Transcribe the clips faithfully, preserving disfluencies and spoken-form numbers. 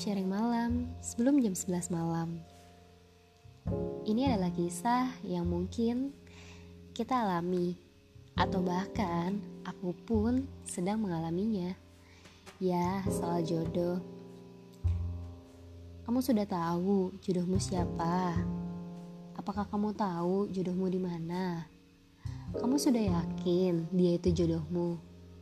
sharing malam sebelum jam sebelas malam. Ini adalah kisah yang mungkin kita alami, atau bahkan aku pun sedang mengalaminya. Ya, soal jodoh. Kamu sudah tahu jodohmu siapa? Apakah kamu tahu jodohmu di mana? Kamu sudah yakin dia itu jodohmu?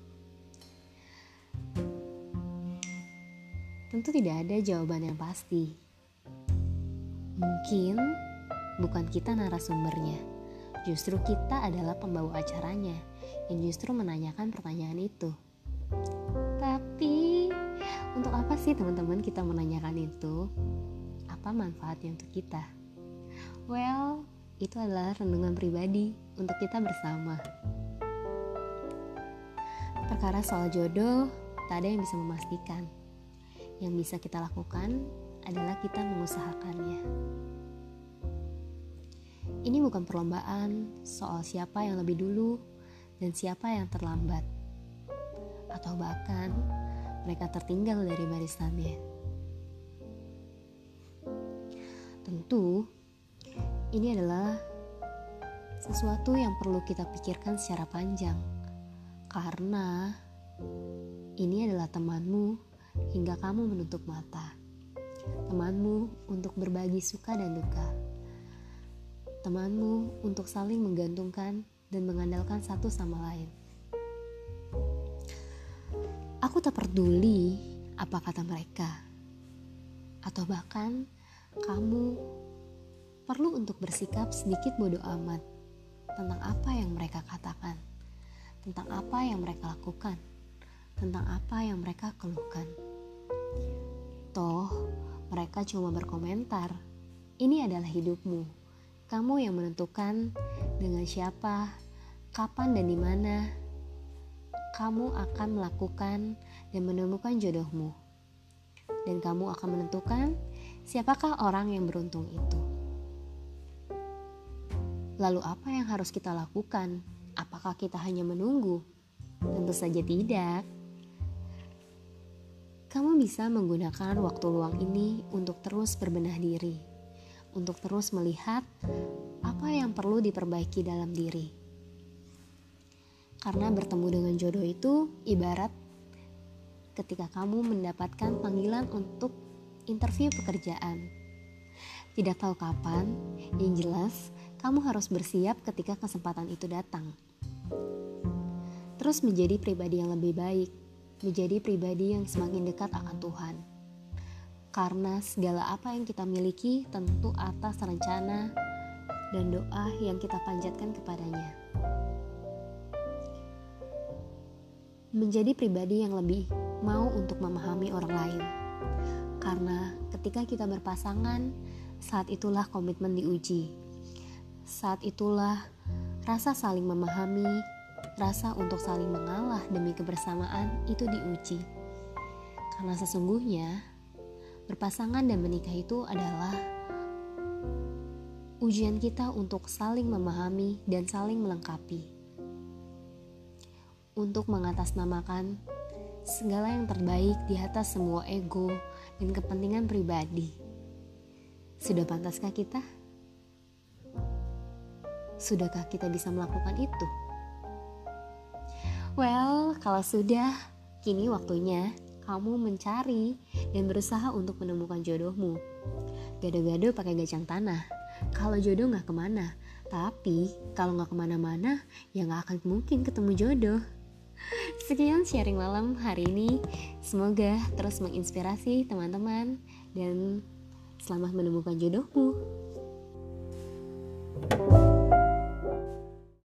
Tentu tidak ada jawaban yang pasti. Mungkin bukan kita narasumbernya, justru kita adalah pembawa acaranya yang justru menanyakan pertanyaan itu. Tapi untuk apa sih teman-teman kita menanyakan itu? Apa manfaatnya untuk kita? Well, itu adalah renungan pribadi untuk kita bersama. Perkara soal jodoh tak ada yang bisa memastikan. Yang bisa kita lakukan adalah kita mengusahakannya. Ini bukan perlombaan soal siapa yang lebih dulu dan siapa yang terlambat, atau bahkan mereka tertinggal dari barisannya. Tentu, ini adalah sesuatu yang perlu kita pikirkan secara panjang, karena ini adalah temanmu hingga kamu menutup mata, temanmu untuk berbagi suka dan duka, temanmu untuk saling menggantungkan dan mengandalkan satu sama lain. Aku tak peduli apa kata mereka, atau bahkan kamu perlu untuk bersikap sedikit bodoh amat tentang apa yang mereka katakan, tentang apa yang mereka lakukan, tentang apa yang mereka keluhkan. Toh, mereka cuma berkomentar. Ini adalah hidupmu. Kamu yang menentukan dengan siapa, kapan dan di mana kamu akan melakukan dan menemukan jodohmu. Dan kamu akan menentukan siapakah orang yang beruntung itu. Lalu apa yang harus kita lakukan? Apakah kita hanya menunggu? Tentu saja tidak. Kamu bisa menggunakan waktu luang ini untuk terus berbenah diri, untuk terus melihat apa yang perlu diperbaiki dalam diri. Karena bertemu dengan jodoh itu ibarat ketika kamu mendapatkan panggilan untuk interview pekerjaan. Tidak tahu kapan, yang jelas kamu harus bersiap ketika kesempatan itu datang. Terus menjadi pribadi yang lebih baik, menjadi pribadi yang semakin dekat akan Tuhan. Karena segala apa yang kita miliki tentu atas rencana dan doa yang kita panjatkan kepadanya. Menjadi pribadi yang lebih mau untuk memahami orang lain. Karena ketika kita berpasangan, saat itulah komitmen diuji. Saat itulah rasa saling memahami, rasa untuk saling mengalah demi kebersamaan itu diuji. Karena sesungguhnya berpasangan dan menikah itu adalah ujian kita untuk saling memahami dan saling melengkapi. Untuk mengatasnamakan segala yang terbaik di atas semua ego dan kepentingan pribadi. Sudah pantaskah kita? Sudahkah kita bisa melakukan itu? Well, kalau sudah, kini waktunya kamu mencari dan berusaha untuk menemukan jodohmu. Gado-gado pakai gacang tanah. Kalau jodoh gak kemana, tapi kalau gak kemana-mana, ya gak akan mungkin ketemu jodoh. Sekian sharing malam hari ini. Semoga terus menginspirasi teman-teman dan selamat menemukan jodohmu.